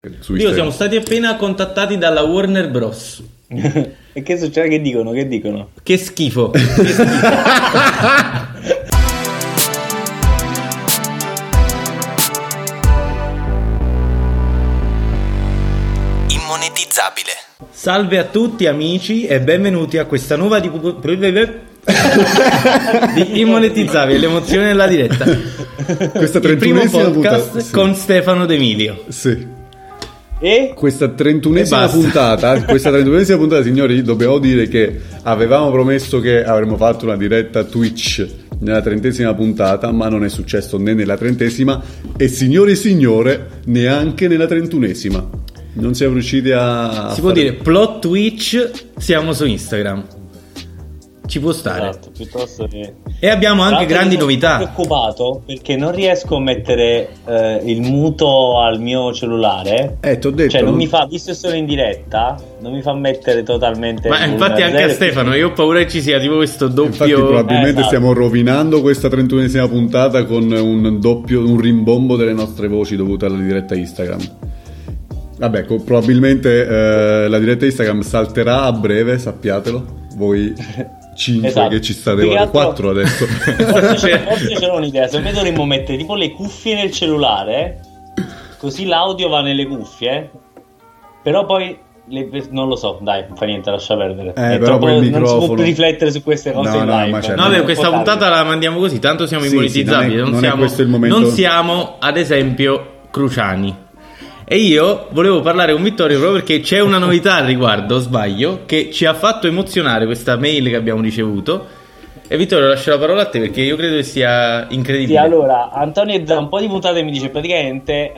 Dio, siamo stati appena contattati dalla Warner Bros. E che succede? Che dicono? Che schifo. Immonetizzabile. Salve a tutti amici e benvenuti a questa nuova di Immonetizzabile, l'emozione della diretta. Questa Il primo 31esima podcast puntata, sì. con Stefano D'Emilio. Sì. E? Questa 31esima basta. puntata, signori, dobbiamo dire che avevamo promesso che avremmo fatto una diretta Twitch nella 30esima puntata, ma non è successo né nella 30esima e, signori e signore, neanche nella 31esima. Non siamo riusciti a Si può dire plot Twitch, siamo su Instagram. Ci può stare. Esatto, piuttosto che... E abbiamo anche grandi novità. Sono preoccupato perché non riesco a mettere il muto al mio cellulare. T'ho detto, cioè non mi fa, visto che sono in diretta, non mi fa mettere totalmente. Ma infatti anche a Stefano, io ho paura che ci sia tipo questo doppio. Infatti probabilmente esatto. stiamo rovinando questa 31esima puntata con un rimbombo delle nostre voci dovute alla diretta Instagram. Vabbè, probabilmente la diretta Instagram salterà a breve, sappiatelo. Voi 5 Esatto. che ci state Più che guardando, altro- 4 adesso. Forse c'era un'idea. Secondo me dovremmo mettere tipo le cuffie nel cellulare, così l'audio va nelle cuffie. Però poi non lo so, dai, non fa niente, lascia perdere. È però poi il non si può microfono. più riflettere su queste cose No, in no, live. ma certo. No, No, questa puntata la mandiamo così, tanto siamo Sì, immonetizzabili. sì, non è siamo, questo il momento. non siamo, ad esempio, Cruciani. E io volevo parlare con Vittorio proprio perché c'è una novità al riguardo, sbaglio, che ci ha fatto emozionare questa mail che abbiamo ricevuto. E Vittorio, lascio la parola a te perché io credo che sia incredibile. Sì, allora, Antonio da un po' di puntate mi dice praticamente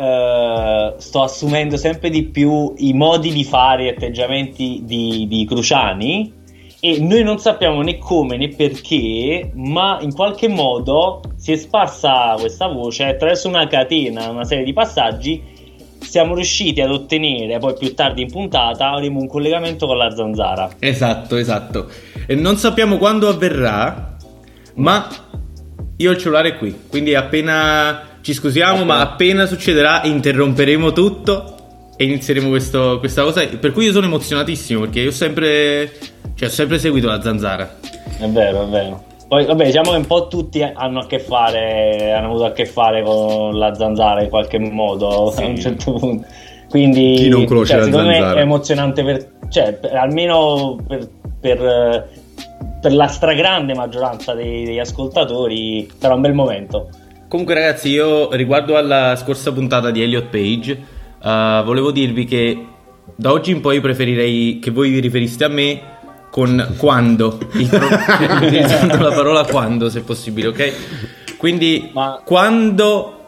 sto assumendo sempre di più i modi di fare e atteggiamenti di Cruciani e noi non sappiamo né come né perché, ma in qualche modo si è sparsa questa voce attraverso una catena, una serie di passaggi. Siamo riusciti ad ottenere, poi più tardi in puntata avremo un collegamento con la Zanzara. Esatto. E non sappiamo quando avverrà, ma io ho il cellulare qui, quindi appena ci scusiamo, ma appena succederà interromperemo tutto e inizieremo questa cosa, per cui io sono emozionatissimo perché io ho sempre seguito la Zanzara. È vero. Poi vabbè, diciamo che un po' tutti hanno avuto a che fare con la Zanzara in qualche modo, Sì. a un certo punto. Quindi Chi non conosce la secondo Zanzara? me è emozionante almeno per la stragrande maggioranza degli ascoltatori sarà un bel momento. Comunque ragazzi, io riguardo alla scorsa puntata di Elliot Page volevo dirvi che da oggi in poi preferirei che voi vi riferiste a me con quando, utilizzando la parola quando se possibile, ok? Quindi quando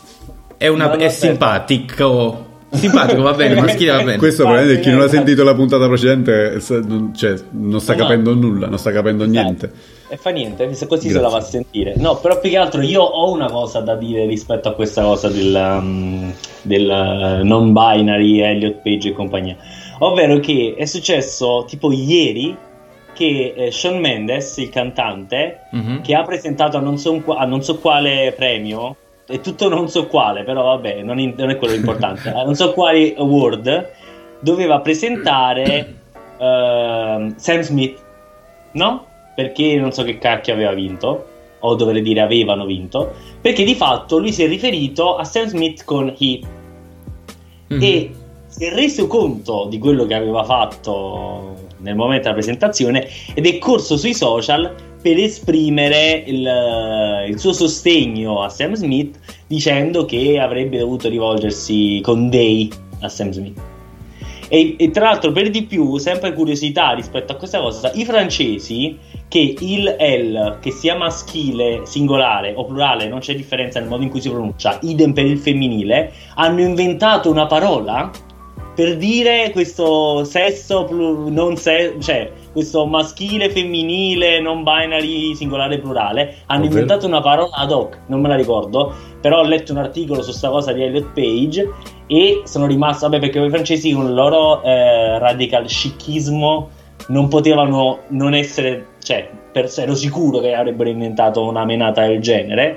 è simpatico va bene, maschile va bene. Questo probabilmente chi non ha sentito la puntata precedente non sta capendo nulla, non sta capendo niente. E fa niente, così Grazie. se la va a sentire. No, però più che altro io ho una cosa da dire rispetto a questa cosa del non binary, Elliot Page e compagnia. Ovvero che è successo tipo ieri che Shawn Mendes, il cantante, che ha presentato a non so quale premio, è tutto non so quale, però vabbè, non è quello importante, a non so quali award, doveva presentare Sam Smith, no? Perché non so che cacchio aveva vinto, o dovrei dire avevano vinto, perché di fatto lui si è riferito a Sam Smith con he, e si è reso conto di quello che aveva fatto nel momento della presentazione ed è corso sui social per esprimere il suo sostegno a Sam Smith, dicendo che avrebbe dovuto rivolgersi con Day a Sam Smith. E tra l'altro, per di più, sempre curiosità rispetto a questa cosa, i francesi, che il L, che sia maschile, singolare o plurale, non c'è differenza nel modo in cui si pronuncia, idem per il femminile, hanno inventato una parola per dire questo sesso cioè questo maschile, femminile, non binary, singolare, plurale. Hanno inventato una parola ad hoc, non me la ricordo, però ho letto un articolo su sta cosa di Elliot Page e sono rimasto, vabbè, perché i francesi con il loro radical chicchismo non potevano non essere, cioè ero sicuro che avrebbero inventato una menata del genere.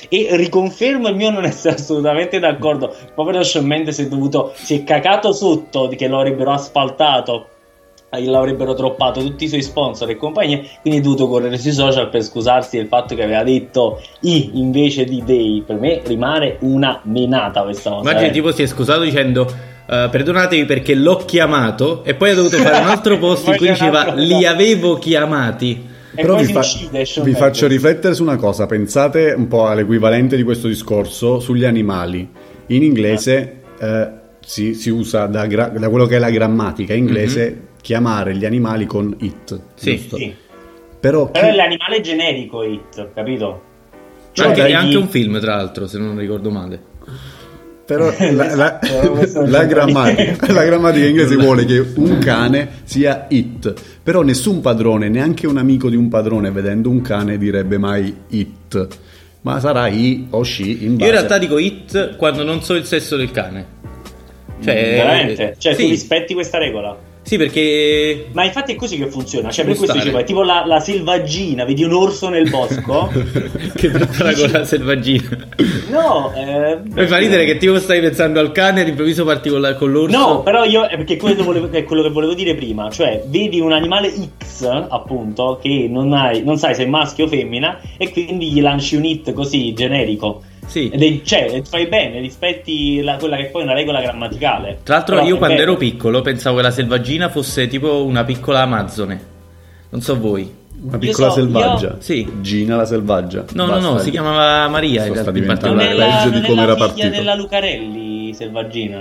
E riconfermo il mio non essere assolutamente d'accordo. Proprio Shawn Mendes si è cacato sotto che lo avrebbero asfaltato, l'avrebbero droppato tutti i suoi sponsor e compagnia, quindi è dovuto correre sui social per scusarsi del fatto che aveva detto I invece di Day. Per me rimane una menata questa cosa. Immagini tipo si è scusato dicendo perdonatevi perché l'ho chiamato, e poi ha dovuto fare un altro post in cui diceva li avevo chiamati. Però vi faccio riflettere su una cosa. Pensate un po' all'equivalente di questo discorso sugli animali. In inglese si usa da quello che è la grammatica inglese chiamare gli animali con it. Sì. Però è l'animale generico it, capito? Cioè, anche un film, tra l'altro, se non ricordo male. Però la grammatica inglese vuole che un cane sia it, però nessun padrone, neanche un amico di un padrone, vedendo un cane direbbe mai it, ma sarà i o she in base. Io in realtà dico it quando non so il sesso del cane. Veramente? Cioè, sì. Tu rispetti questa regola? Sì, perché... Ma infatti è così che funziona. Cioè, per questo dicevo, è tipo la selvaggina. Vedi un orso nel bosco? Che brutta con la selvaggina. No, mi fa ridere che tipo stai pensando al cane e all'improvviso parti con l'orso. No, però io perché è quello che volevo dire prima. Cioè, vedi un animale X, appunto, che non sai se è maschio o femmina, e quindi gli lanci un it così generico. Sì. Cioè, fai bene, rispetti quella che poi è una regola grammaticale. Tra l'altro, io quando ero piccolo pensavo che la selvaggina fosse tipo una piccola amazzone. Non so voi. Una piccola selvaggia? Sì. Gina la selvaggia? No, si chiamava Maria. Sta diventando peggio di come era partito. Nella Lucarelli, selvaggina.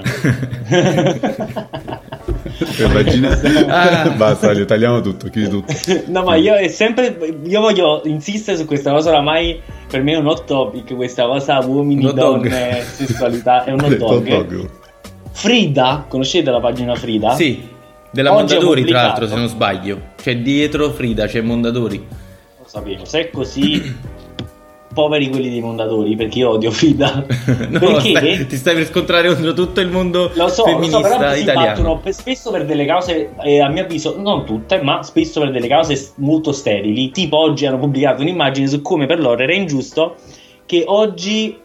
Selvaggina. Basta, tagliamo tutto, chiudi tutto. No, ma io voglio insistere su questa cosa. Oramai per me è un hot topic questa cosa, uomini, donne, sessualità. È un hot dog. Frida, conoscete la pagina Frida? Sì, della Mondadori tra l'altro, se non sbaglio. Cioè dietro Frida c'è Mondadori. Lo sapevo, se è così poveri quelli dei Mondadori, perché io odio Frida. No, perché ti stai per scontrare contro tutto il mondo Lo femminista so, però italiano. Si battono spesso per delle cause, a mio avviso, non tutte, ma spesso per delle cause molto sterili. Tipo oggi hanno pubblicato un'immagine su come per loro era ingiusto che oggi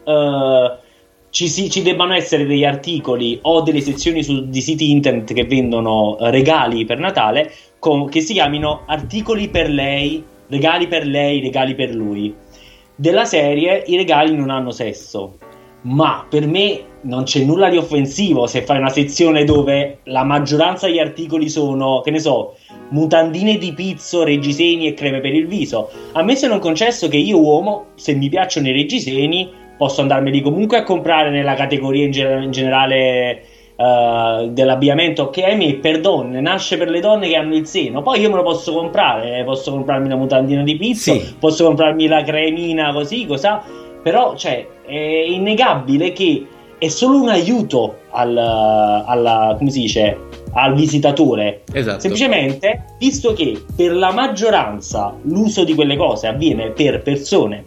ci debbano essere degli articoli o delle sezioni di siti internet che vendono regali per Natale che si chiamino articoli per lei, regali per lui. Della serie i regali non hanno sesso, ma per me non c'è nulla di offensivo se fai una sezione dove la maggioranza degli articoli sono, che ne so, mutandine di pizzo, reggiseni e creme per il viso. A me se non concesso che io uomo, se mi piacciono i reggiseni, posso andarmeli comunque a comprare nella categoria in generale dell'abbigliamento, che ahimè per donne nasce per le donne che hanno il seno. Poi io me lo posso comprare, posso comprarmi la mutandina di pizzo, sì. Posso comprarmi la cremina così, cosa. Però cioè è innegabile che è solo un aiuto alla come si dice, al visitatore. Esatto. Semplicemente, visto che per la maggioranza l'uso di quelle cose avviene per persone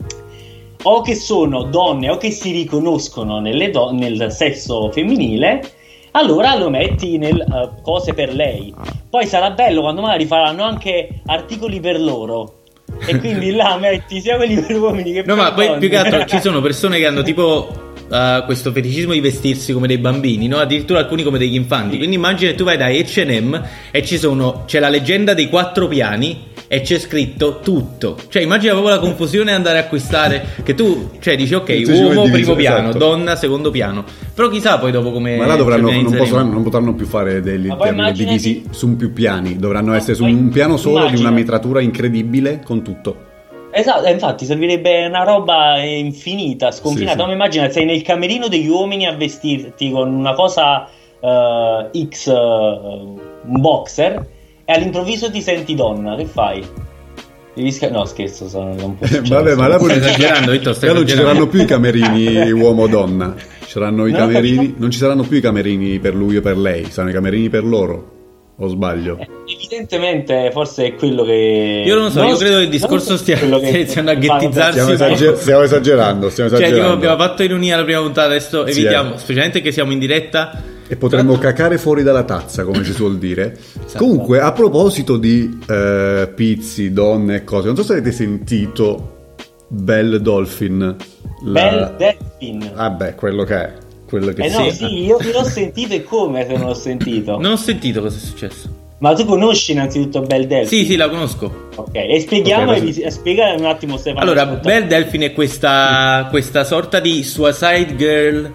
o che sono donne o che si riconoscono nel sesso femminile, allora lo metti nel cose per lei. Poi sarà bello quando magari faranno anche articoli per loro, e quindi là metti sia quelli per uomini che per donne. No, ma poi più che altro ci sono persone che hanno tipo questo feticismo di vestirsi come dei bambini, no? Addirittura alcuni come degli infanti. Quindi immagina che tu vai da H&M e c'è la leggenda dei 4 piani e c'è scritto tutto. Cioè immagina proprio la confusione andare a acquistare, che tu dici ok, uomo primo piano, esatto. Donna secondo piano, però chissà poi dopo come. Ma là non potranno più fare degli divisi su più piani, dovranno essere su un piano solo, di una metratura incredibile con tutto. Esatto, infatti servirebbe una roba infinita, sconfinata. Sì. Immagina sei nel camerino degli uomini a vestirti con una cosa X, un boxer, e all'improvviso ti senti donna, che fai? No, scherzo, sono un po'. Vabbè, ma là stai esagerando, non ci saranno più i camerini uomo-donna. Saranno i camerini, non ci saranno più i camerini per lui o per lei, saranno i camerini per loro. O sbaglio? Evidentemente, forse è quello che. Io non lo so, io credo che il discorso stia iniziando a ghettizzarsi. Stiamo esagerando. Cioè, tipo, abbiamo fatto ironia la prima puntata, adesso evitiamo, specialmente che siamo in diretta. E potremmo cacare fuori dalla tazza, come si suol dire. Esatto. Comunque, a proposito di pizzi, donne e cose, non so se avete sentito Belle Dolphin Belle Delphine. Vabbè, quello che è. Quello che No, sì, io l'ho sentito, e come se non l'ho sentito? Non ho sentito cosa è successo. Ma tu conosci innanzitutto Belle Delphine? Sì, la conosco. Ok, e spieghiamo, spiega un attimo, Stefano. Allora, Belle Delphine è questa sorta di Suicide Girl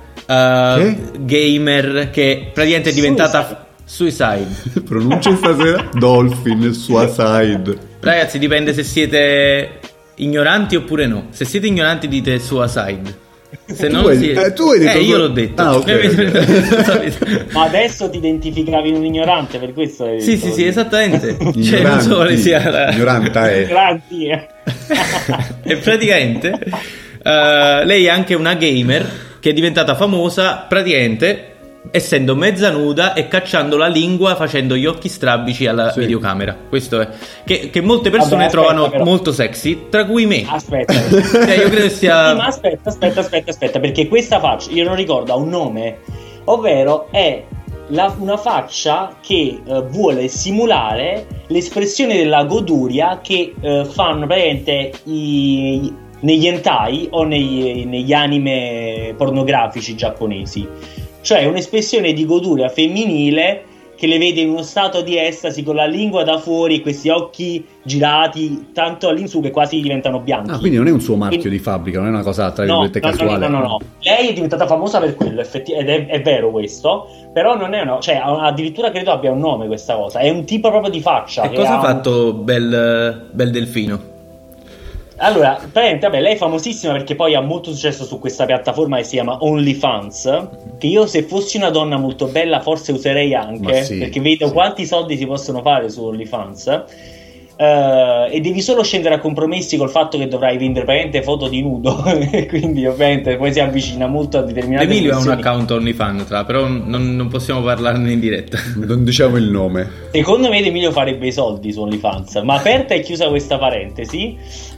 gamer che praticamente è diventata Suicide. Pronuncia stasera? Dolphin, Suicide. Ragazzi, dipende se siete ignoranti oppure no. Se siete ignoranti dite Suicide. Se non tu hai detto io l'ho detto. Ah, ok. Ma adesso ti identificavi in un ignorante, per questo hai detto. Sì, esattamente. Cioè, non so quale sia ignoranta è. Ignoranti. E praticamente lei è anche una gamer che è diventata famosa praticamente essendo mezza nuda e cacciando la lingua facendo gli occhi strabici alla videocamera. Questo è che molte persone trovano molto sexy, tra cui me. Aspetta. Cioè, io credo sia sì, ma aspetta, perché questa faccia io non ricordo, ha un nome, ovvero è una faccia che vuole simulare l'espressione della goduria che fanno praticamente negli hentai o negli anime pornografici giapponesi. Cioè un'espressione di goduria femminile che le vede in uno stato di estasi con la lingua da fuori e questi occhi girati tanto all'insù che quasi diventano bianchi. Ah, quindi non è un suo marchio di fabbrica, non è una cosa tra virgolette casuale. No. Lei è diventata famosa per quello, ed è vero questo, però non è cioè addirittura credo abbia un nome questa cosa, è un tipo proprio di faccia. E cosa ha fatto Bel Delfino? Allora, praticamente, lei è famosissima perché poi ha molto successo su questa piattaforma che si chiama OnlyFans, che io se fossi una donna molto bella forse userei anche, perché vedo quanti soldi si possono fare su OnlyFans, e devi solo scendere a compromessi col fatto che dovrai vendere praticamente foto di nudo, e quindi ovviamente poi si avvicina molto a determinate Emilio funzioni. ha un account OnlyFans, però non possiamo parlarne in diretta. Non diciamo il nome. Secondo me Emilio farebbe i soldi su OnlyFans, ma aperta e chiusa questa parentesi,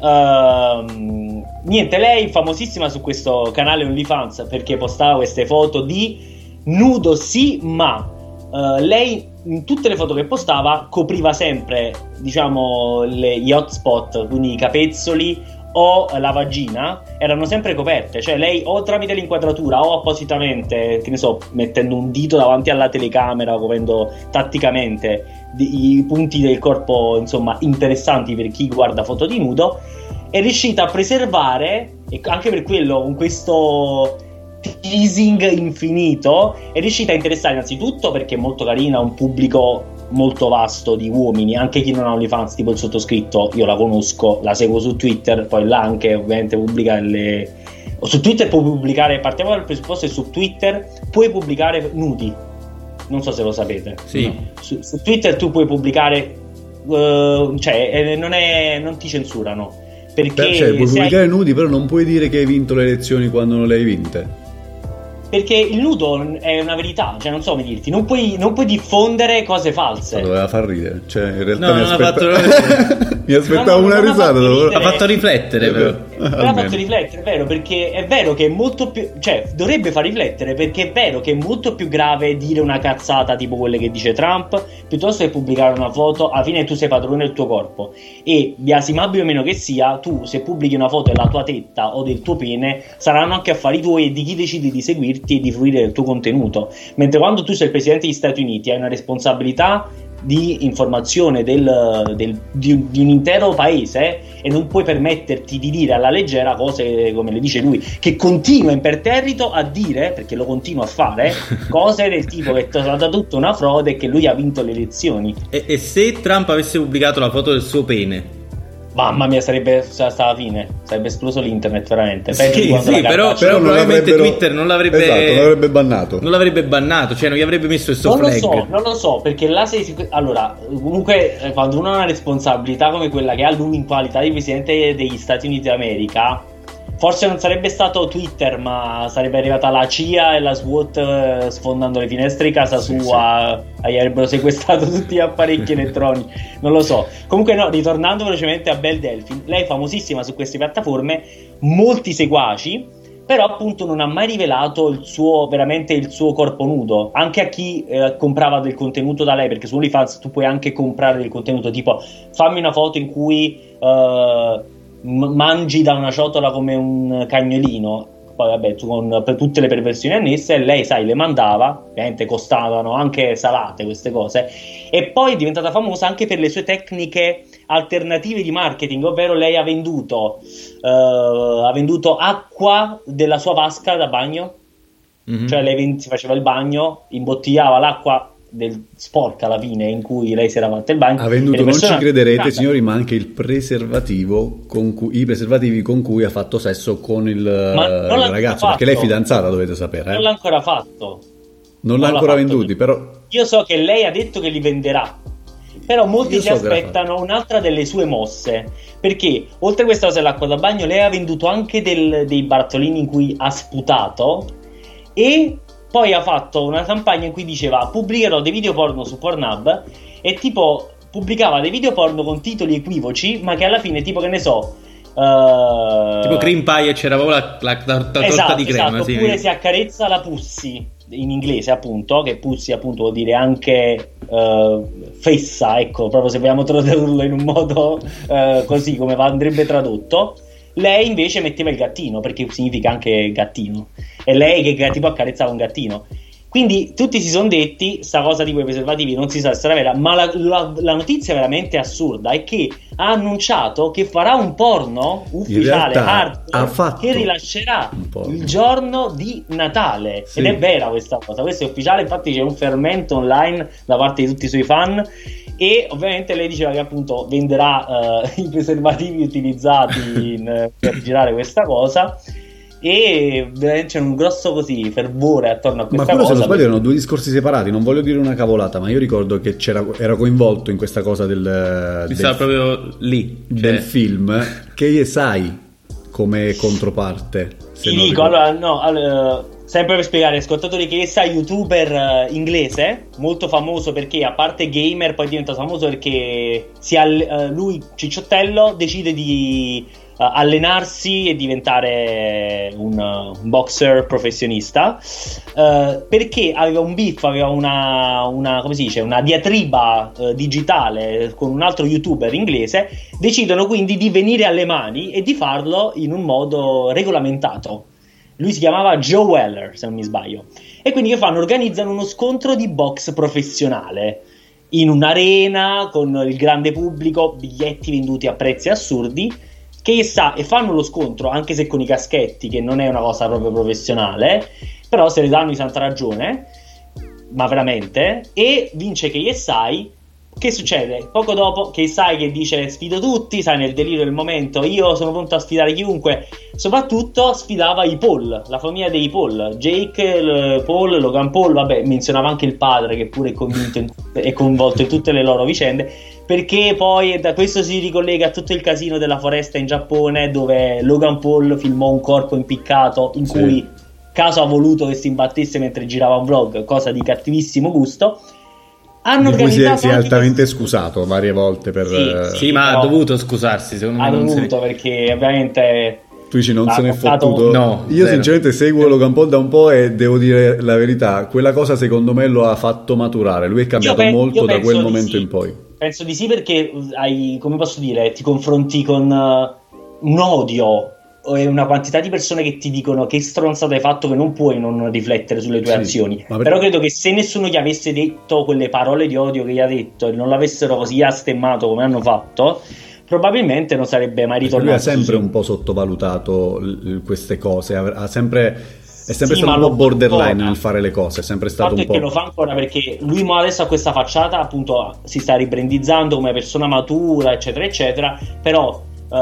niente, lei è famosissima su questo canale OnlyFans perché postava queste foto di nudo, sì, ma lei in tutte le foto che postava copriva sempre, diciamo, gli hotspot, quindi i capezzoli o la vagina erano sempre coperte, cioè lei o tramite l'inquadratura o appositamente, che ne so, mettendo un dito davanti alla telecamera, coprendo tatticamente i punti del corpo, insomma, interessanti per chi guarda foto di nudo, è riuscita a preservare, e anche per quello con questo teasing infinito è riuscita a interessare innanzitutto perché è molto carina, un pubblico molto vasto di uomini, anche chi non ha OnlyFans, tipo il sottoscritto. Io la conosco, la seguo su Twitter, poi là anche ovviamente pubblica su Twitter puoi pubblicare, partiamo dal presupposto che su Twitter puoi pubblicare nudi, non so se lo sapete. Sì. Su Twitter tu puoi pubblicare, cioè non ti censurano, perché cioè puoi pubblicare nudi, però non puoi dire che hai vinto le elezioni quando non le hai vinte. Perché il nudo è una verità, cioè non so come dirti, non puoi diffondere cose false. Doveva far ridere, cioè in realtà No, non ha fatto mi aspettavo una risata. Ha fatto riflettere, però. Ha fatto riflettere, è vero, perché è vero che è molto più, cioè dovrebbe far riflettere, perché è vero che è molto più grave dire una cazzata tipo quelle che dice Trump piuttosto che pubblicare una foto. Alla fine tu sei padrone del tuo corpo e, biasimabile o meno che sia, tu se pubblichi una foto della tua tetta o del tuo pene saranno anche affari tuoi e di chi decidi di seguirti e di fruire del tuo contenuto, mentre quando tu sei il presidente degli Stati Uniti hai una responsabilità di informazione di un intero paese e non puoi permetterti di dire alla leggera cose come le dice lui, che continua imperterrito a dire, perché lo continua a fare, cose del tipo che è stata tutta una frode e che lui ha vinto le elezioni. E se Trump avesse pubblicato la foto del suo pene? Mamma mia, sarebbe stata la fine, sarebbe esploso l'internet veramente. Sì, però probabilmente Twitter non l'avrebbe, esatto, non l'avrebbe bannato. Non l'avrebbe bannato, cioè non gli avrebbe messo il suo flag. Non lo so, perché là allora, comunque quando uno ha una responsabilità come quella che ha lui in qualità di presidente degli Stati Uniti d'America, forse non sarebbe stato Twitter, ma sarebbe arrivata la CIA e la SWAT sfondando le finestre di casa sua, gli avrebbero sequestrato tutti gli apparecchi elettronici, non lo so. Comunque no, ritornando velocemente a Belle Delphine, lei è famosissima su queste piattaforme, molti seguaci, però appunto non ha mai rivelato veramente il suo corpo nudo, anche a chi comprava del contenuto da lei, perché su OnlyFans tu puoi anche comprare del contenuto, tipo fammi una foto in cui mangi da una ciotola come un cagnolino. Poi vabbè, per tutte le perversioni annesse, lei, sai, le mandava, ovviamente costavano anche salate queste cose, e poi è diventata famosa anche per le sue tecniche alternative di marketing, ovvero lei ha venduto acqua della sua vasca da bagno, cioè lei si faceva il bagno, imbottigliava l'acqua sporca alla fine in cui lei si era fatta il bagno. Ha venduto, non ci crederete signori, ma anche il preservativo i preservativi con cui ha fatto sesso con il ragazzo, perché lei è fidanzata, dovete sapere. Non l'ha ancora fatto. Non l'ha ancora venduti, però io so che lei ha detto che li venderà. Però molti si aspettano un'altra delle sue mosse, perché oltre a questa cosa dell'acqua da bagno, lei ha venduto anche dei barattolini in cui ha sputato, e poi ha fatto una campagna in cui diceva: pubblicherò dei video porno su Pornhub, e tipo pubblicava dei video porno con titoli equivoci, ma che alla fine, tipo, che ne so, tipo cream pie, e c'era proprio la torta di crema. Esatto, oppure si accarezza la pussy, in inglese appunto, che pussy appunto vuol dire anche fessa, ecco, proprio se vogliamo tradurlo in un modo così come andrebbe tradotto. Lei invece metteva il gattino, perché significa anche gattino, e lei che tipo accarezzava un gattino. Quindi tutti si sono detti: sta cosa di quei preservativi non si sa se sarà vera, ma la notizia veramente assurda è che ha annunciato che farà un porno ufficiale hardcore che rilascerà il giorno di Natale, ed è vera questa cosa, questo è ufficiale. Infatti c'è un fermento online da parte di tutti i suoi fan, e ovviamente lei diceva che appunto venderà i preservativi utilizzati per girare questa cosa, e c'è un grosso così fervore attorno a questa cosa. Ma quello, se non sbaglio, erano due discorsi separati, non voglio dire una cavolata, ma io ricordo che era coinvolto in questa cosa stava proprio lì, del film, che sai come controparte. Ti dico, allora, sempre per spiegare agli ascoltatori, che è youtuber inglese, molto famoso perché, a parte gamer, poi diventa famoso perché lui, Cicciottello, decide di allenarsi e diventare un boxer professionista, perché aveva un beef, aveva una come si dice, una diatriba digitale con un altro youtuber inglese. Decidono quindi di venire alle mani e di farlo in un modo regolamentato. Lui si chiamava Joe Weller, se non mi sbaglio, e quindi che fanno? Organizzano uno scontro di box professionale in un'arena con il grande pubblico, biglietti venduti a prezzi assurdi, e fanno lo scontro, anche se con i caschetti, che non è una cosa proprio professionale, però se ne danno di santa ragione, ma veramente, e vince KSI. Che succede? Poco dopo KSI che dice: sfido tutti, sai, nel delirio del momento, io sono pronto a sfidare chiunque. Soprattutto sfidava i Paul, la famiglia dei Paul, Jake, Paul, Logan Paul, vabbè, menzionava anche il padre, che pure è coinvolto in tutte le loro vicende, perché poi da questo si ricollega a tutto il casino della foresta in Giappone, dove Logan Paul filmò un corpo impiccato in cui caso ha voluto che si imbattesse mentre girava un vlog, cosa di cattivissimo gusto. Hanno organizzato, si è altamente scusato varie volte per sì, ma ha dovuto scusarsi, secondo me. Ha dovuto, perché ovviamente tu dici non se n'è fottuto. No, io sinceramente seguo Logan Paul da un po' e devo dire la verità, quella cosa secondo me lo ha fatto maturare. Lui è cambiato molto da quel momento in poi. Penso di sì, perché hai, come posso dire, ti confronti con un odio e una quantità di persone che ti dicono che stronzata hai fatto, che non puoi non riflettere sulle tue azioni. Però credo che se nessuno gli avesse detto quelle parole di odio che gli ha detto e non l'avessero così astemmato come hanno fatto, probabilmente non sarebbe mai ritornato. Lui ha sempre un po' sottovalutato queste cose, è sempre stato un po' borderline nel fare le cose, è sempre stato un po'. Che lo fa ancora, perché lui adesso ha questa facciata, appunto, si sta ribrandizzando come persona matura, eccetera eccetera, però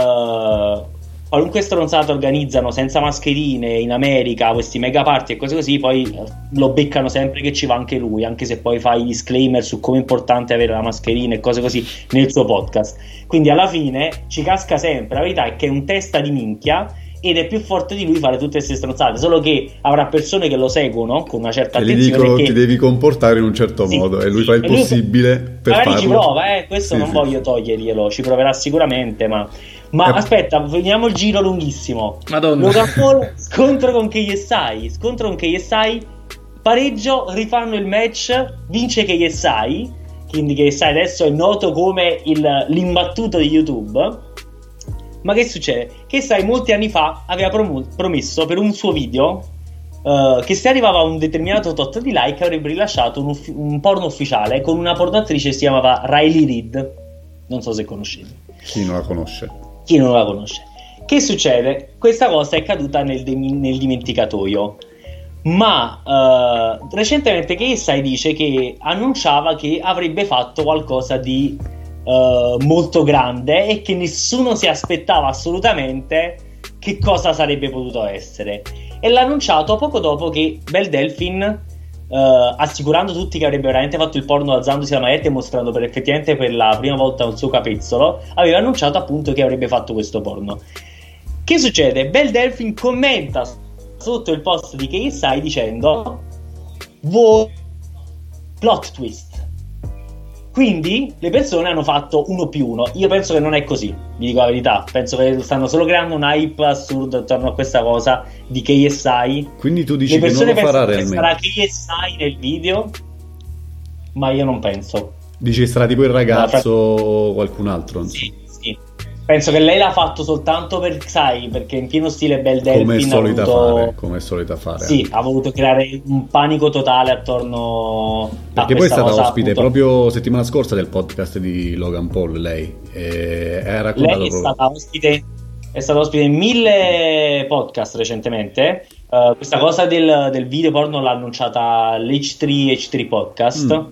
qualunque stronzata organizzano senza mascherine in America, questi mega party e cose così, poi lo beccano sempre che ci va anche lui, anche se poi fa i disclaimer su come è importante avere la mascherina e cose così nel suo podcast. Quindi alla fine ci casca sempre. La verità è che è un testa di minchia ed è più forte di lui fare tutte queste stronzate, solo che avrà persone che lo seguono con una certa attenzione. Gli dico, ti devi comportare in un certo modo, e lui fa il possibile per farlo. Magari ci prova, questo non voglio toglierglielo, ci proverà sicuramente, ma aspetta, finiamo il giro lunghissimo. Madonna. Logan Paul scontro con KSI, pareggio, rifanno il match, vince KSI, quindi KSI adesso è noto come l'imbattuto di YouTube. Ma che succede? Che sai, molti anni fa aveva promesso per un suo video che se arrivava a un determinato tot di like avrebbe rilasciato un porno ufficiale con una pornoattrice che si chiamava Riley Reid. Non so se conoscete. Chi non la conosce? Chi non la conosce. Che succede? Questa cosa è caduta nel dimenticatoio. Ma recentemente KSI dice che annunciava che avrebbe fatto qualcosa di molto grande e che nessuno si aspettava assolutamente che cosa sarebbe potuto essere, e l'ha annunciato poco dopo che Belle Delphine, assicurando tutti che avrebbe veramente fatto il porno alzandosi la maglietta e mostrando effettivamente per la prima volta un suo capezzolo, aveva annunciato appunto che avrebbe fatto questo porno. Che succede? Belle Delphine commenta sotto il post di KSI dicendo plot twist. Quindi le persone hanno fatto 1+1. Io penso che non è così, vi dico la verità. Penso che stanno solo creando un hype assurdo attorno a questa cosa di KSI. Quindi tu dici che non lo farà realmente? Sarà KSI nel video, ma io non penso. Dici che sarà tipo il ragazzo o qualcun altro? Sì. Penso che lei l'ha fatto soltanto perché in pieno stile Belle Delphine come è solita fare. Sì, ha voluto creare un panico totale attorno perché a poi è stata cosa, ospite appunto. Proprio settimana scorsa del podcast di Logan Paul, lei ha raccontato lei è stata ospite in 1000 podcast recentemente. Questa cosa del video porno l'ha annunciata l'H3 Podcast.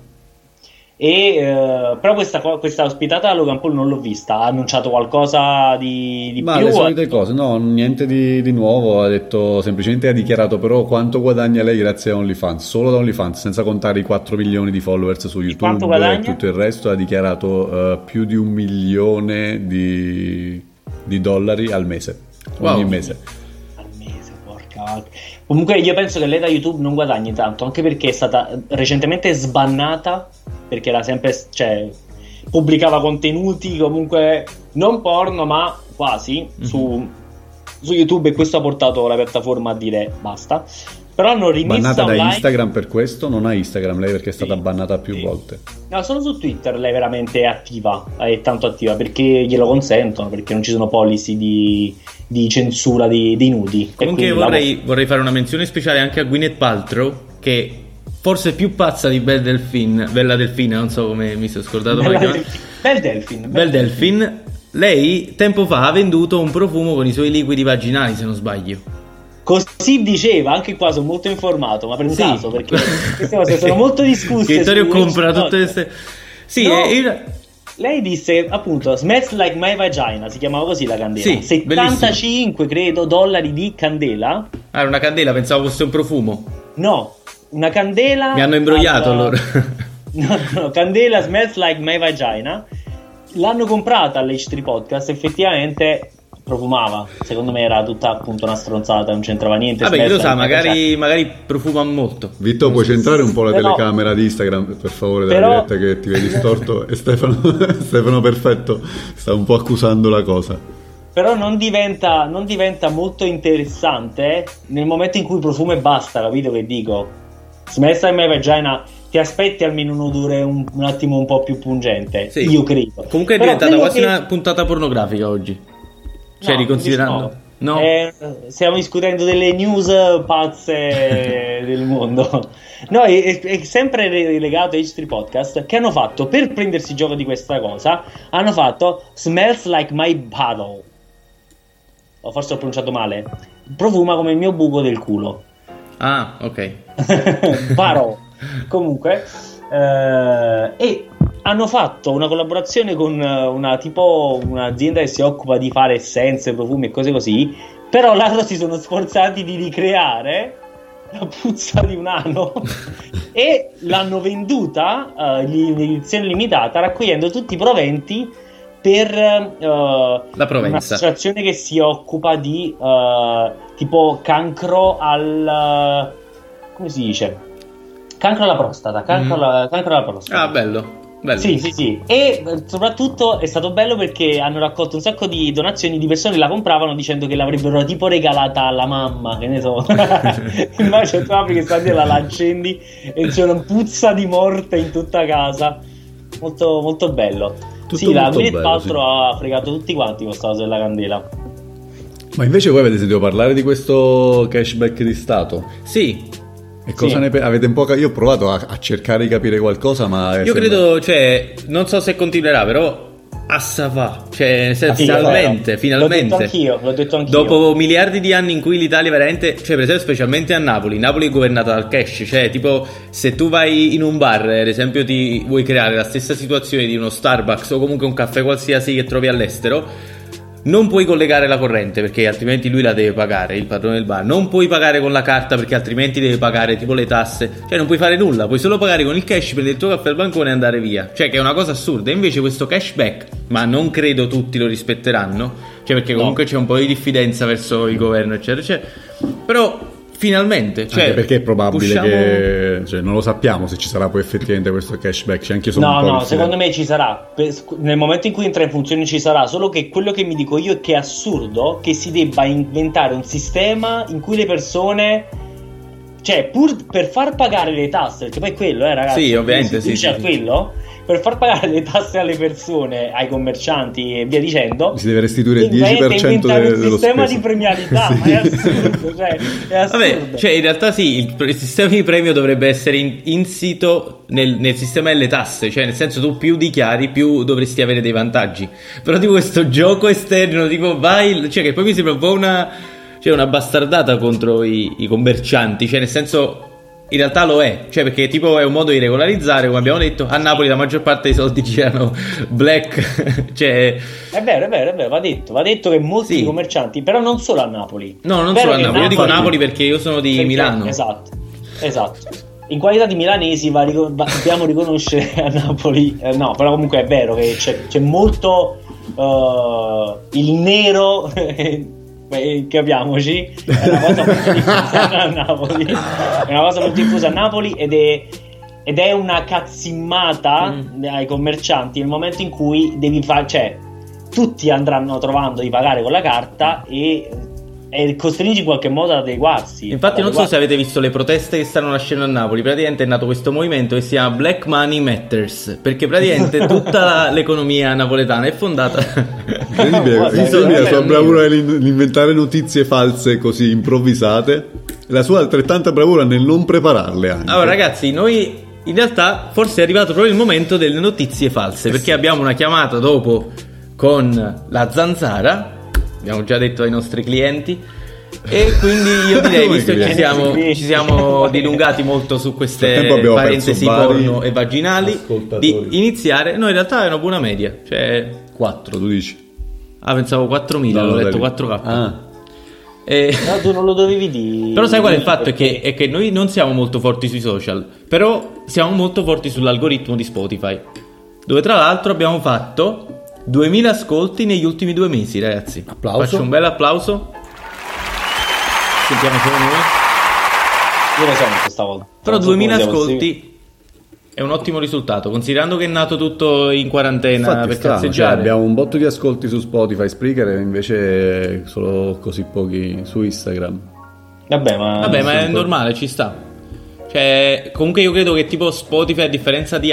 Però questa ospitata da Logan Paul non l'ho vista. Ha annunciato qualcosa di ma più? Le solite cose, no, niente di nuovo. Ha detto semplicemente, ha dichiarato però quanto guadagna lei grazie a OnlyFans, solo da OnlyFans, senza contare i 4 milioni di followers su YouTube e tutto il resto. Ha dichiarato più di 1 milione di dollari al mese, ogni mese. Al mese, porca vacca. Comunque io penso che lei da YouTube non guadagni tanto, anche perché è stata recentemente sbannata, perché era sempre, pubblicava contenuti comunque non porno ma quasi su YouTube, e questo ha portato la piattaforma a dire basta. Però hanno rimessa bannata online. da Instagram per questo? Non ha Instagram lei, perché è stata bannata più volte. No, solo su Twitter lei veramente è attiva, è tanto attiva, perché glielo consentono, perché non ci sono policy di censura dei nudi. Comunque vorrei fare una menzione speciale anche a Gwyneth Paltrow, che forse è più pazza di Belle Delphine, non so come mi sono scordato. Belle Delphine. Lei tempo fa ha venduto un profumo con i suoi liquidi vaginali, se non sbaglio. Così diceva, anche qua sono molto informato, ma per un caso, perché queste cose sono molto discusse. Che Vittorio compra tutte queste... Sì, no, lei disse appunto smells like my vagina, si chiamava così la candela. Sì, 75 credo dollari di candela. Ah, era una candela, pensavo fosse un profumo. No, una candela. Mi hanno imbrogliato allora. No, candela smells like my vagina. L'hanno comprata all'H3 Podcast, effettivamente profumava. Secondo me era tutta appunto una stronzata, non c'entrava niente. Vabbè, chi lo sa, magari profuma molto. Vitto, puoi centrare un po' la telecamera di Instagram, per favore, dalla diretta, che ti vedi storto. E Stefano Perfetto sta un po' accusando la cosa. Però non diventa molto interessante nel momento in cui profuma e basta, capito che dico? Smessa in my vagina, ti aspetti almeno un odore un attimo un po' più pungente, sì. Io credo. Comunque è diventata quasi una puntata pornografica oggi. Cioè, riconsiderando, no? Stiamo discutendo delle news pazze del mondo. No, è sempre legato a H3 Podcast, che hanno fatto, per prendersi gioco di questa cosa, hanno fatto smells like my butthole. O forse ho pronunciato male. Profuma come il mio buco del culo. Ah, ok. Paro. Comunque, e hanno fatto una collaborazione con un'azienda che si occupa di fare essenze, profumi e cose così. Però loro si sono sforzati di ricreare la puzza di un ano e l'hanno venduta in edizione limitata, raccogliendo tutti i proventi per un'associazione che si occupa di tipo cancro al come si dice? Cancro alla prostata, cancro alla prostata. Ah, bello. Sì. E soprattutto è stato bello perché hanno raccolto un sacco di donazioni di persone che la compravano dicendo che l'avrebbero tipo regalata alla mamma, che ne so. Invece tu apri questa la accendi e c'è una puzza di morte in tutta casa. Molto molto bello. Tutto sì, la molto Gwyneth bello, Paltrow ha fregato tutti quanti con sta cosa della candela. Ma invece voi avete sentito parlare di questo cashback di Stato? Sì, E cosa Sì. avete un po'... Io ho provato a cercare di capire qualcosa, ma... io credo, cioè, non so se continuerà, però va, cioè, nel senso, Sì, è finalmente, vero. finalmente. L'ho detto anch'io. Dopo miliardi di anni in cui l'Italia veramente, cioè per esempio specialmente a Napoli è governata dal cash, cioè tipo se tu vai in un bar, ad esempio ti vuoi creare la stessa situazione di uno Starbucks o comunque un caffè qualsiasi che trovi all'estero, non puoi collegare la corrente perché altrimenti lui la deve pagare, il padrone del bar. Non puoi pagare con la carta perché altrimenti deve pagare tipo le tasse. Cioè non puoi fare nulla, puoi solo pagare con il cash, prendere il tuo caffè al bancone e andare via. Cioè che è una cosa assurda. Invece questo cashback, ma non credo tutti lo rispetteranno, cioè perché comunque c'è un po' di diffidenza verso il governo eccetera eccetera. Però finalmente, cioè, Anche perché è probabile usciamo- che... Cioè, non lo sappiamo se ci sarà poi effettivamente questo cashback. Cioè, anche io sono un po' No, diffidente. secondo me ci sarà. Nel momento in cui entra in funzione ci sarà. Solo che quello che mi dico io è che è assurdo che si debba inventare un sistema in cui le persone, cioè, pur per far pagare le tasse, perché poi è quello, ragazzi. Sì, ovviamente, si dice sì. quello. Per far pagare le tasse alle persone, ai commercianti e via dicendo, Si deve restituire il devi 10% inventare un dello sistema speso. di premialità. Sì. Ma è assurdo, cioè, è assurdo. Vabbè, cioè in realtà sì, il sistema di premio dovrebbe essere insito nel sistema delle tasse, cioè nel senso tu più dichiari più dovresti avere dei vantaggi. Però tipo questo gioco esterno, tipo vai, cioè che poi mi sembra un po' una bastardata contro i commercianti, cioè nel senso in realtà lo è, cioè perché tipo è un modo di regolarizzare, come abbiamo detto, a Napoli la maggior parte dei soldi girano black, cioè... È vero, va detto che molti Sì. commercianti, però non solo a Napoli. No, non Vero solo a che Napoli, io dico Napoli perché io sono di perché- Milano. Esatto. In qualità di milanesi dobbiamo riconoscere a Napoli, no, però comunque è vero che c'è molto il nero, capiamoci, è una cosa molto diffusa a Napoli, è una cosa molto diffusa a Napoli ed è una cazzimata ai commercianti nel momento in cui devi fare, cioè tutti andranno trovando di pagare con la carta e costringi in qualche modo ad adeguarsi. Infatti non so se avete visto le proteste che stanno nascendo a Napoli. Praticamente è nato questo movimento che si chiama Black Money Matters, perché praticamente tutta l'economia napoletana è fondata Incredibile, Guarda, incredibile la sua veramente. bravura nell'inventare notizie false così improvvisate e la sua altrettanta bravura nel non prepararle anche. Allora ragazzi, noi in realtà forse è arrivato proprio il momento delle notizie false, perché abbiamo una chiamata dopo con la Zanzara, abbiamo già detto ai nostri clienti, e quindi io direi, Come visto che clienti? ci siamo dilungati molto su Nel queste frattempo abbiamo parentesi perso vari porno e vaginali, ascoltatori. di iniziare. No, in realtà è una buona media, cioè 4, tu dici? pensavo 4.000, No, l'ho no, detto dai. 4K. Ah, No, tu non lo dovevi dire. Però sai qual è il fatto? È che noi non siamo molto forti sui social, però siamo molto forti sull'algoritmo di Spotify, dove tra l'altro abbiamo fatto 2000 ascolti negli ultimi 2 mesi, ragazzi. Applauso. Faccio un bel applauso. Sentiamo solo noi. Io lo sento stavolta. Però Non so 2000 come sia ascolti è un ottimo risultato, considerando che è nato tutto in quarantena infatti per strano, cioè, cazzeggiare. abbiamo un botto di ascolti su Spotify, Spreaker e invece solo così pochi su Instagram. Vabbè, ma Vabbè, ma è normale, ci sta. Cioè, comunque io credo che tipo Spotify, a differenza di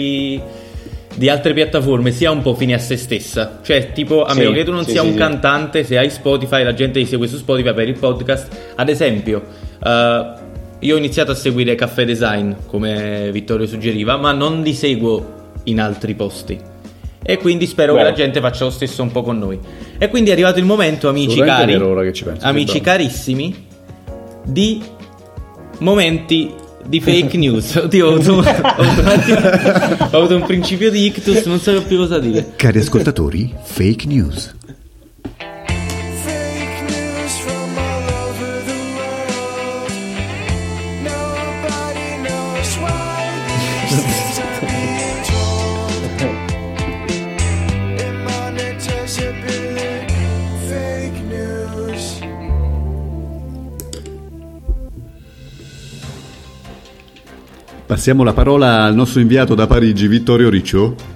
altre piattaforme, sia un po' fine a se stessa. Cioè, tipo, a Sì, meno che tu non sì, sia sì, un sì. cantante, se hai Spotify, la gente ti segue su Spotify per il podcast. Ad esempio, io ho iniziato a seguire Caffè Design, come Vittorio suggeriva, ma non li seguo in altri posti. E quindi spero Beh. che la gente faccia lo stesso un po' con noi. E quindi è arrivato il momento, amici Assolutamente cari, vero, ora che ci penso, sì, amici bravo. carissimi, di momenti di fake news. Oddio, ho avuto un principio di ictus, non so più cosa dire. Cari ascoltatori, fake news. Fake news from all over the world. Nobody knows why these things are being told. It monitors a billion fake news. Passiamo la parola al nostro inviato da Parigi, Vittorio Riccio.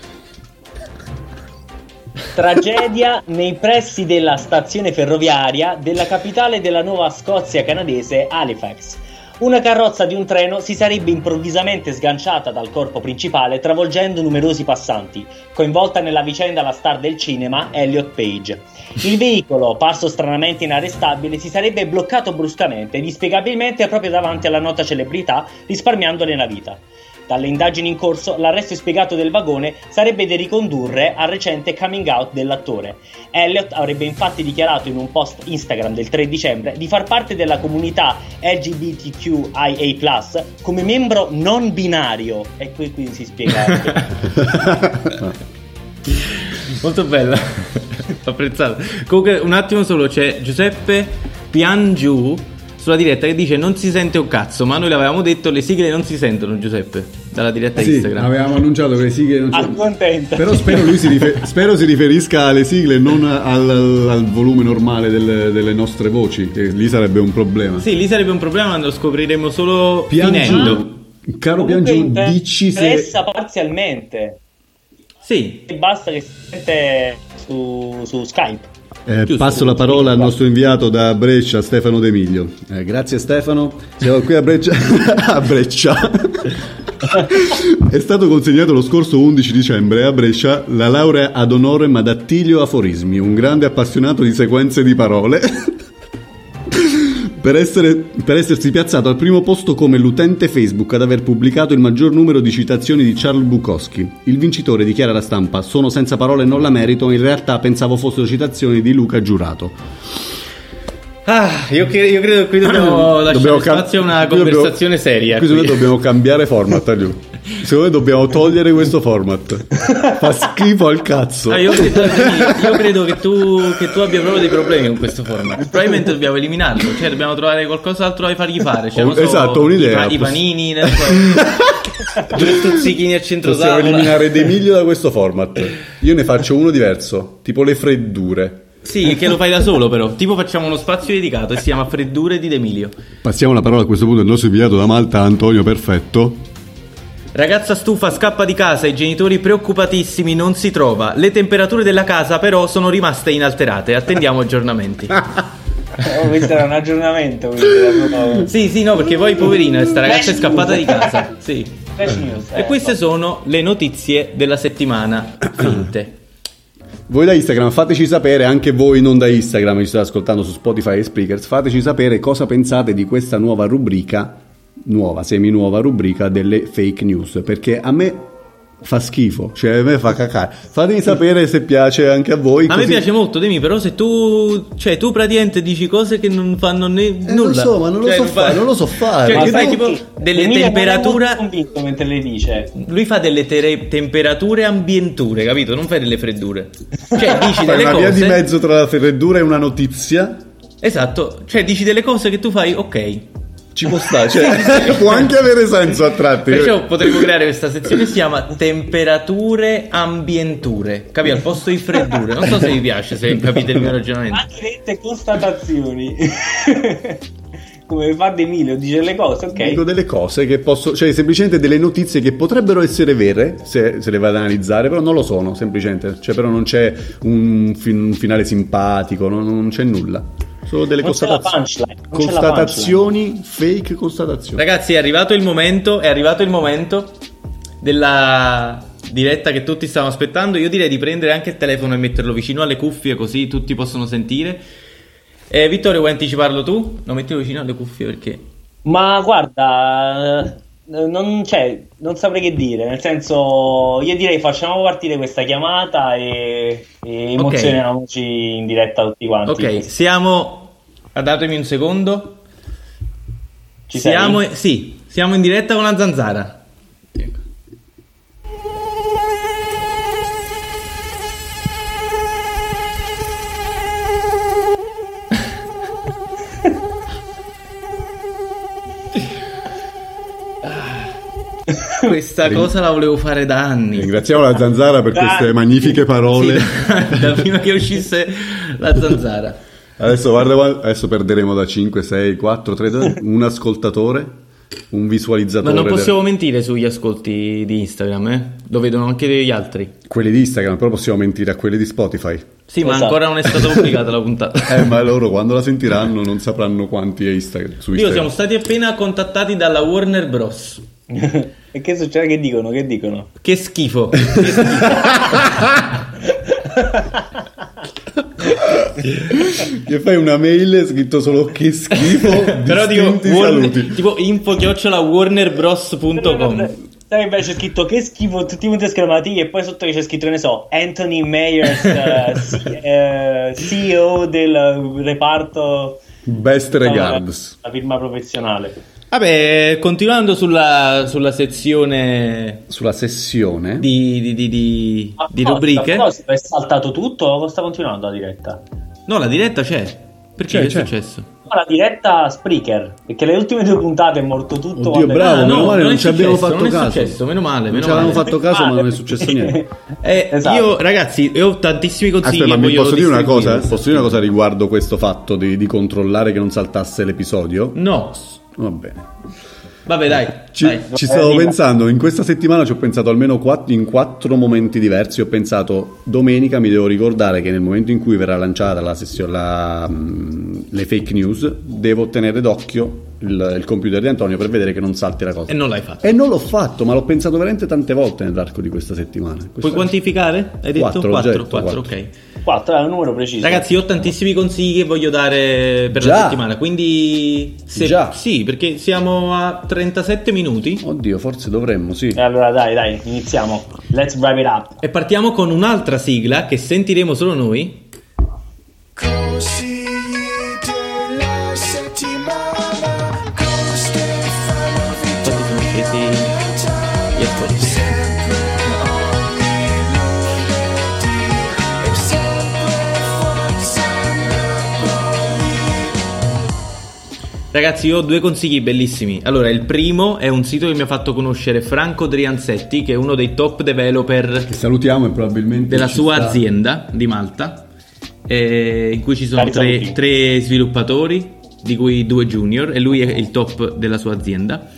Tragedia nei pressi della stazione ferroviaria della capitale della Nuova Scozia canadese, Halifax. Una carrozza di un treno si sarebbe improvvisamente sganciata dal corpo principale, travolgendo numerosi passanti, coinvolta nella vicenda la star del cinema Elliot Page. Il veicolo, parso stranamente inarrestabile, si sarebbe bloccato bruscamente ed inspiegabilmente proprio davanti alla nota celebrità, risparmiandole la vita. Dalle indagini in corso, l'arresto spiegato del vagone sarebbe da ricondurre al recente coming out dell'attore. Elliot avrebbe infatti dichiarato in un post Instagram del 3 dicembre di far parte della comunità LGBTQIA+, come membro non binario. E qui si spiega. Molto bella. Ho apprezzato. Comunque un attimo solo, c'è Giuseppe Piangiù sulla diretta che dice non si sente un cazzo, ma noi l'avevamo detto, le sigle non si sentono, Giuseppe, dalla diretta Sì, Instagram. avevamo annunciato che le sigle non c'erano. Contenta. Però spero lui spero si riferisca alle sigle, non al volume normale delle nostre voci, che lì sarebbe un problema. Sì, lì sarebbe un problema, ma lo scopriremo solo Piangiù, finendo. caro Comunque Piangiù, dici se... interessa parzialmente. Sì, E basta che si sente su Skype. Giusto. Passo la parola al nostro inviato da Brescia, Stefano De Miglio. Grazie Stefano, siamo qui a Brescia. A Brescia. È stato consegnato lo scorso 11 dicembre a Brescia la laurea ad honorem ad Attilio Aforismi, un grande appassionato di sequenze di parole. Per essersi piazzato al primo posto come l'utente Facebook ad aver pubblicato il maggior numero di citazioni di Charles Bukowski. Il vincitore dichiara alla stampa: sono senza parole, non la merito, in realtà pensavo fossero citazioni di Luca Giurato. io credo che qui dobbiamo lasciare spazio a una conversazione seria. Qui secondo me dobbiamo cambiare format, Aliu. Secondo me dobbiamo togliere questo format. Fa schifo al cazzo. Io credo che tu abbia proprio dei problemi con questo format. Probabilmente dobbiamo eliminarlo, cioè dobbiamo trovare qualcos'altro da fargli fare. Cioè, non so, Esatto, un'idea. I panini, due stuzzichini al centro Possiamo tavola. eliminare De Miglio da questo format. Io ne faccio uno diverso, tipo le freddure. Sì, che lo fai da solo però. Tipo facciamo uno spazio dedicato e si chiama Freddure di De Emilio. Passiamo la parola a questo punto al nostro inviato da Malta, Antonio Perfetto. Ragazza stufa scappa di casa, i genitori preoccupatissimi, non si trova. Le temperature della casa però sono rimaste inalterate. Attendiamo aggiornamenti. Questo era un aggiornamento. Sì, no, perché poi poverina, sta ragazza è scappata di casa. Sì. Flash news. E queste sono le notizie della settimana finte. Voi da Instagram fateci sapere, anche voi non da Instagram, ci state ascoltando su Spotify e Spreakers, fateci sapere cosa pensate di questa nuova rubrica, semi-nuova rubrica delle fake news, perché a me fa schifo, cioè a me fa cacare. Fatemi sapere se piace anche a voi. A me piace molto, Demi, però se tu praticamente dici cose che non fanno nulla. Lo so, ma non lo so fare. Cioè, Che fai devo- tipo delle Emilia temperature. non è molto convinto mentre le dice. Lui fa delle temperature ambienture, capito? Non fai delle freddure. Cioè, dici Fai delle una via di cose. mezzo tra la freddura e una notizia. Esatto, cioè dici delle cose che tu fai, ok. Ci può stare, cioè può anche avere senso a tratti. Perciò potremmo creare questa sezione che si chiama temperature ambienture. Capi? Al posto di freddure. Non so se vi piace, se capite il mio ragionamento. Anche dette constatazioni. Come fa De Emilio, dice le cose, ok. Dico delle cose che posso, cioè semplicemente delle notizie che potrebbero essere vere se le vai ad analizzare, però non lo sono, semplicemente. Cioè però non c'è un finale simpatico, non c'è nulla. Solo delle Non c'è la punchline, non c'è la constatazioni, fake constatazioni. Ragazzi, è arrivato il momento della diretta che tutti stavano aspettando. Io direi di prendere anche il telefono e metterlo vicino alle cuffie, così tutti possono sentire. Vittorio, vuoi anticiparlo tu? Lo mettilo vicino alle cuffie perché... Ma guarda, non saprei che dire, nel senso, io direi facciamo partire questa chiamata e emozioniamoci in diretta tutti quanti. Ok, siamo... Datemi un secondo. Ci sei? Sì, siamo in diretta con la Zanzara. Questa cosa la volevo fare da anni. Ringraziamo la Zanzara per queste magnifiche parole. Sì, da prima che uscisse la Zanzara. Adesso guarda, adesso perderemo da 5, 6, 4, 3, 2, un ascoltatore. un Ma visualizzatore. non possiamo mentire sugli ascolti di Instagram, lo vedono anche gli altri. Quelli di Instagram, però possiamo mentire a quelli di Spotify. Sì, ma Esatto. ancora non è stata pubblicata la puntata. Ma loro quando la sentiranno non sapranno quanti è Instagram. Su Io siamo Instagram. stati appena contattati dalla Warner Bros. E che succede? Che dicono? Che dicono? Che schifo. Che schifo. Che fai una mail scritto solo che schifo. Però dico distinti saluti. tipo info@warnerbros.com. Sai invece c'è scritto che schifo, tutti i punti esclamativi, e poi sotto che c'è scritto, ne so, Anthony Meyers, CEO del reparto Best regards. la firma professionale. Vabbè, continuando sulla sezione Sulla sessione. di rubriche. È saltato tutto o sta continuando la diretta? No, la diretta c'è. Perché che è C'è. successo? No, la diretta Spreaker, perché le ultime 2 puntate è morto tutto. Oddio, quando- bravo, Ah, meno male, non è ci abbiamo successo, fatto non è caso. successo, meno male, Non meno ci avevamo male. fatto caso, ma non è successo niente. Esatto. Io, ragazzi, ho tantissimi consigli. Aspetta, ma che mi voglio posso dire una cosa? distribuire. Posso dire una cosa riguardo questo fatto di controllare che non saltasse l'episodio? No. Va bene. Vabbè, dai. Ci stavo dimmi. pensando, in questa settimana ci ho pensato almeno in 4 momenti diversi. Ho pensato, domenica mi devo ricordare che nel momento in cui verrà lanciata la sessione, le fake news, devo tenere d'occhio il computer di Antonio per vedere che non salti la cosa. E non l'hai fatto. E non l'ho fatto, ma l'ho pensato veramente tante volte nell'arco di questa settimana. Puoi quantificare? Hai detto Quattro, l'ho già 4, detto, 4, quattro. ok. 4 è un numero preciso. Ragazzi, io ho tantissimi consigli che voglio dare per Già? la settimana, quindi Già? sì, perché siamo a 37 minuti Oddio, forse dovremmo, sì. E allora dai, iniziamo. Let's wrap it up. e partiamo con un'altra sigla che sentiremo solo noi. Consigli della settimana con Stefano Infatti sono scesi gli ascolti. sempre ogni lunedì e sempre forza Napoli. Ragazzi, io ho 2 consigli bellissimi. Allora, il primo è un sito che mi ha fatto conoscere Franco Drianzetti, che è uno dei top developer Che salutiamo e probabilmente della ci sua sta. azienda di Malta, in cui ci sono Cari saluti. tre sviluppatori, di cui 2 junior, e lui è il top della sua azienda.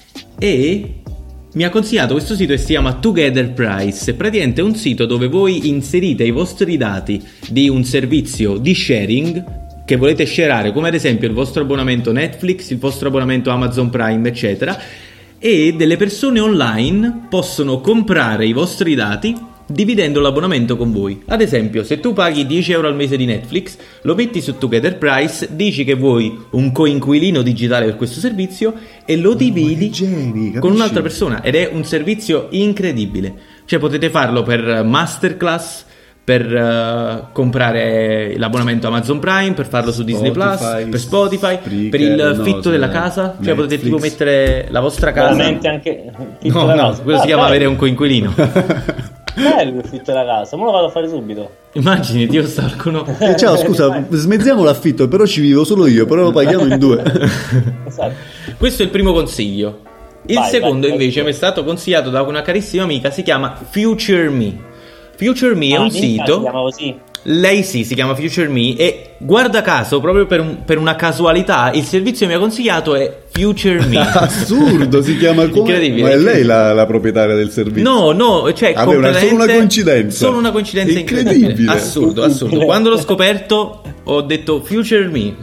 E mi ha consigliato questo sito che si chiama Together Price. È praticamente un sito dove voi inserite i vostri dati di un servizio di sharing che volete sharare, come ad esempio il vostro abbonamento Netflix, il vostro abbonamento Amazon Prime, eccetera, e delle persone online possono comprare i vostri dati dividendo l'abbonamento con voi. Ad esempio, se tu paghi 10 euro al mese di Netflix, lo metti su Together Price, dici che vuoi un coinquilino digitale per questo servizio e lo dividi Geni, con capisci? un'altra persona, ed è un servizio incredibile. Cioè potete farlo per masterclass, per comprare l'abbonamento Amazon Prime, per farlo su Disney Plus, Spotify, per Spotify, Spreaker, per il fitto no, della se- casa. Cioè potete tipo Netflix. mettere la vostra casa. Veramente anche fitto No, della no, casa. quello si chiama avere un coinquilino. Bello il fitto della casa, ma lo vado a fare subito. Immagini, Dio qualcuno. Ciao, scusa, smezziamo l'affitto, però ci vivo solo io, però lo paghiamo in 2. Esatto. Questo è il primo consiglio. Il Vai, secondo vai, invece vai. mi è stato consigliato da una carissima amica, si chiama Future Me. Future Me è un Si sito. chiama così. Lei sì, si chiama Future Me, e guarda caso, proprio per una casualità, il servizio che mi ha consigliato è Future Me. Assurdo, si chiama come? Incredibile. Ma è lei la proprietaria del servizio? No, cioè Vabbè, solo una completamente- coincidenza. Solo una coincidenza Incredibile. incredibile. Assurdo. Quando l'ho scoperto ho detto Future Me.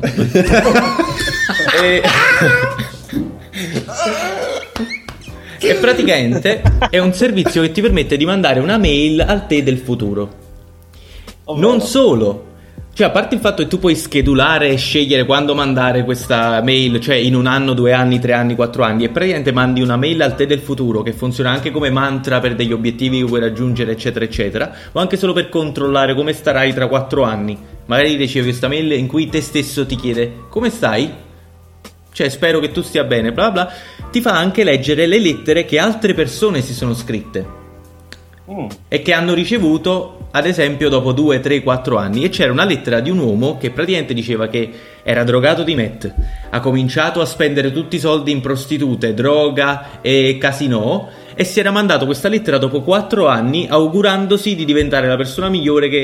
e... e praticamente è un servizio che ti permette di mandare una mail al te del futuro. Ovvero, Non solo, cioè a parte il fatto che tu puoi schedulare e scegliere quando mandare questa mail, cioè in 1 anno, 2 anni, 3 anni, 4 anni, e praticamente mandi una mail al te del futuro che funziona anche come mantra per degli obiettivi che vuoi raggiungere, eccetera eccetera, o anche solo per controllare come starai tra 4 anni. Magari ricevi questa mail in cui te stesso ti chiede come stai? Cioè spero che tu stia bene, bla bla. Ti fa anche leggere le lettere che altre persone si sono scritte e che hanno ricevuto, ad esempio, dopo 2, 3, 4 anni. E c'era una lettera di un uomo che praticamente diceva che era drogato di meth, ha cominciato a spendere tutti i soldi in prostitute, droga e casinò, e si era mandato questa lettera dopo 4 anni augurandosi di diventare la persona migliore che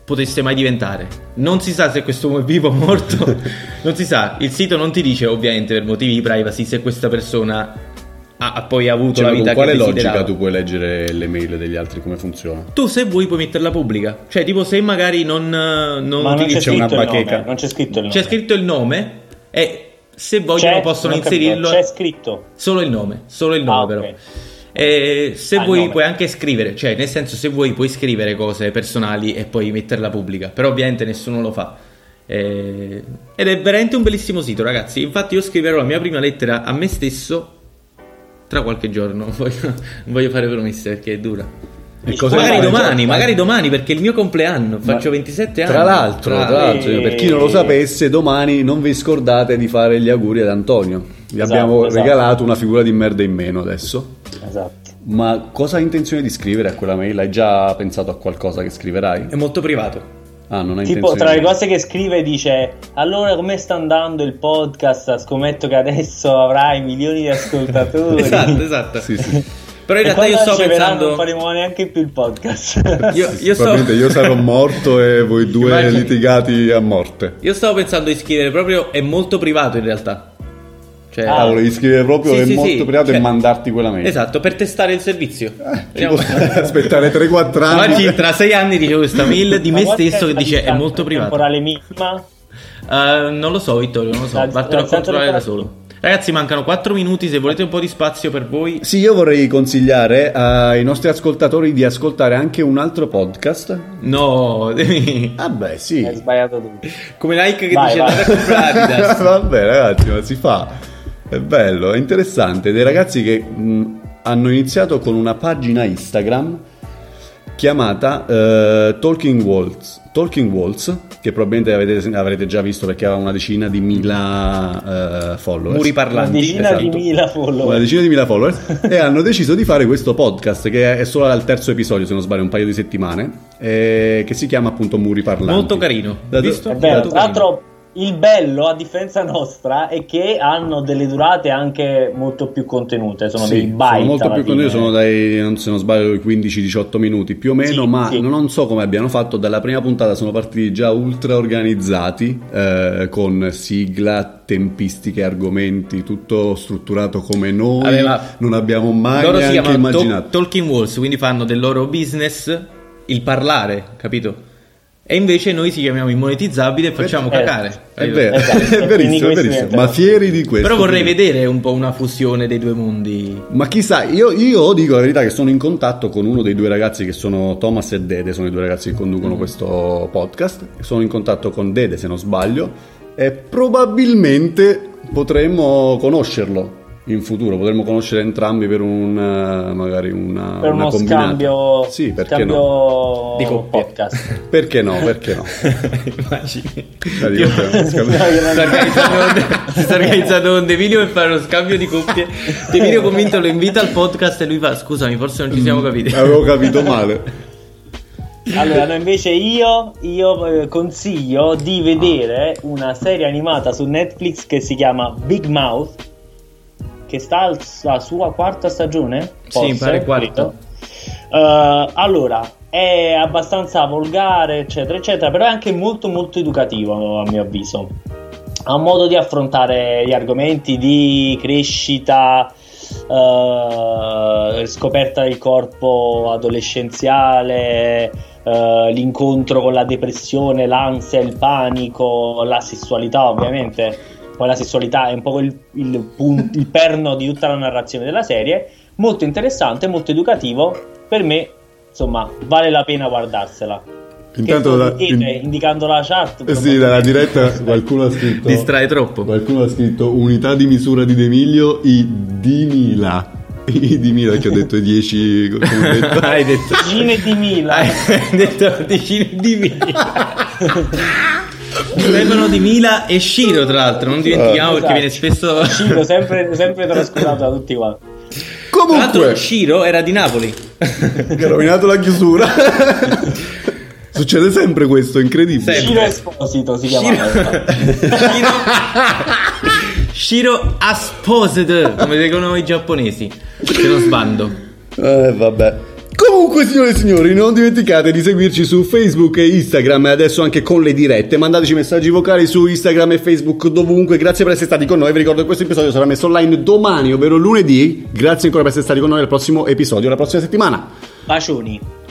potesse mai diventare. Non si sa se questo uomo è vivo o morto, non si sa. Il sito non ti dice, ovviamente per motivi di privacy, se questa persona ha poi avuto la Cioè, vita con quale che logica desiderava. tu puoi leggere le mail degli altri, come funziona? Tu se vuoi puoi metterla pubblica. Cioè tipo se magari non Ma non c'è utilizzi scritto una il bacheca. nome. Non c'è scritto il nome. c'è scritto il nome e se vogliono C'è? possono Non ho capito. inserirlo. C'è scritto. Solo il nome Ah, però. ok. E se il vuoi nome. puoi anche scrivere, cioè nel senso se vuoi puoi scrivere cose personali e poi metterla pubblica, però ovviamente nessuno lo fa. Ed è veramente un bellissimo sito, ragazzi. Infatti io scriverò la mia prima lettera a me stesso tra qualche giorno. Non voglio fare promesse perché è dura. E cosa Magari fai? domani, magari domani perché è il mio compleanno, faccio 27 anni. Tra l'altro, per chi non lo sapesse, domani non vi scordate di fare gli auguri ad Antonio. Gli abbiamo regalato una figura di merda in meno adesso. Esatto. Ma cosa hai intenzione di scrivere a quella mail? Hai già pensato a qualcosa che scriverai? È molto privato. Ah, non hai Tipo, intenzione tra le di... cose che scrive dice: allora, come sta andando il podcast? Scommetto che adesso avrai milioni di ascoltatori. Esatto. Sì, sì. Però in E realtà io quando sto riceveranno pensando non faremo neanche più il podcast. io Probabilmente io sarò morto e voi due Immagini. litigati a morte. Io stavo pensando di scrivere proprio è molto privato in realtà. Cioè, Ah, volevi scrivere proprio Sì, è sì, molto sì. privato Cioè, e mandarti quella mail. esatto, per testare il servizio. Tipo, aspettare 3-4 anni. Oggi tra 6 anni ricevo questa mail di Ma me qual è stesso che la dice è distanza molto privato. temporale minima? Non lo so, Vittorio, non lo so. La Vattene a distanza controllare da temporale. solo. Ragazzi, mancano 4 minuti. Se volete un po' di spazio per voi, Sì, io vorrei consigliare ai nostri ascoltatori di ascoltare anche un altro podcast. no. Ah beh, sì. Hai sbagliato tu. Come Nike che Vai, dice vai. andate a comprare Adidas. Vabbè, ragazzi, ma si fa. È bello, è interessante. Dei ragazzi che hanno iniziato con una pagina Instagram chiamata Talking Walls, che probabilmente avrete già visto perché aveva una decina di mila followers. Muri Una parlanti. decina di Esatto. mila follower. Una decina di mila followers e hanno deciso di fare questo podcast che è solo al terzo episodio, se non sbaglio, un paio di settimane, che si chiama appunto Muri Parlanti. Molto carino. Da- Visto? È vero, Molto tra l'altro il bello, a differenza nostra, è che hanno delle durate anche molto più contenute, sono Sì, dei byte sono molto alla più fine. contenuti, sono dai, se non sbaglio, 15-18 minuti più o meno, Sì, ma sì. non so come abbiano fatto. Dalla prima puntata sono partiti già ultra organizzati, con sigla, tempistiche, argomenti, tutto strutturato come noi. Vabbè, ma non abbiamo mai loro si neanche chiamano immaginato. Talking Walls, quindi fanno del loro business il parlare, capito? E invece noi ci chiamiamo immonetizzabili e facciamo cacare. È capito? vero, Esatto. è verissimo, Quindi è questo verissimo. diventa- Ma fieri di questo. Però vorrei quindi. vedere un po' una fusione dei due mondi. Ma chissà, io dico la verità che sono in contatto con uno dei due ragazzi che sono Thomas e Dede, sono i due ragazzi che conducono questo podcast. Sono in contatto con Dede, se non sbaglio, e probabilmente potremmo conoscerlo in futuro, potremmo conoscere entrambi per magari una Per uno combinata. scambio, Sì, perché scambio no? Di coppie. podcast. Perché no? Perché no? Immagini. Dai, io- scambio- Si sta organizzando con De Emilio per fare lo scambio di coppie. De Emilio convinto lo invita al podcast e lui fa scusami, forse non ci siamo capiti. Avevo capito male. Allora, no, invece io consiglio di vedere una serie animata su Netflix che si chiama Big Mouth, che sta alla sua quarta stagione. Sì, mi pare quarta. credo. Allora, è abbastanza volgare, eccetera, eccetera, però è anche molto molto educativo, a mio avviso. Ha un modo di affrontare gli argomenti di crescita, scoperta del corpo adolescenziale, l'incontro con la depressione, l'ansia, il panico, la sessualità, ovviamente. Poi la sessualità è un po' il perno di tutta la narrazione della serie. Molto interessante, molto educativo. Per me, insomma, vale la pena guardarsela. Intanto che indicando la chat. sì, dalla diretta qualcuno ha scritto Distrae troppo. Qualcuno ha scritto unità di misura di De Emilio, i D.000. I D.000 che ho detto i 10, come ho detto. Hai detto Decine di mila. Hai detto decine di mila. Vengono di Mila e Shiro, tra l'altro, non dimentichiamo perché viene spesso. Ciro, sempre trascurato da tutti quanti. Tra l'altro Comunque, Shiro era di Napoli. che ha rovinato la chiusura. Succede sempre questo, incredibile. Sempre. Ciro Esposito si chiamava. Shiro Shiro Asposed, come dicono i giapponesi. Se non sbando. Vabbè. Comunque, signore e signori, non dimenticate di seguirci su Facebook e Instagram e adesso anche con le dirette. Mandateci messaggi vocali su Instagram e Facebook dovunque. Grazie per essere stati con noi. Vi ricordo che questo episodio sarà messo online domani, ovvero lunedì. Grazie ancora per essere stati con noi al prossimo episodio, la prossima settimana. Bacioni.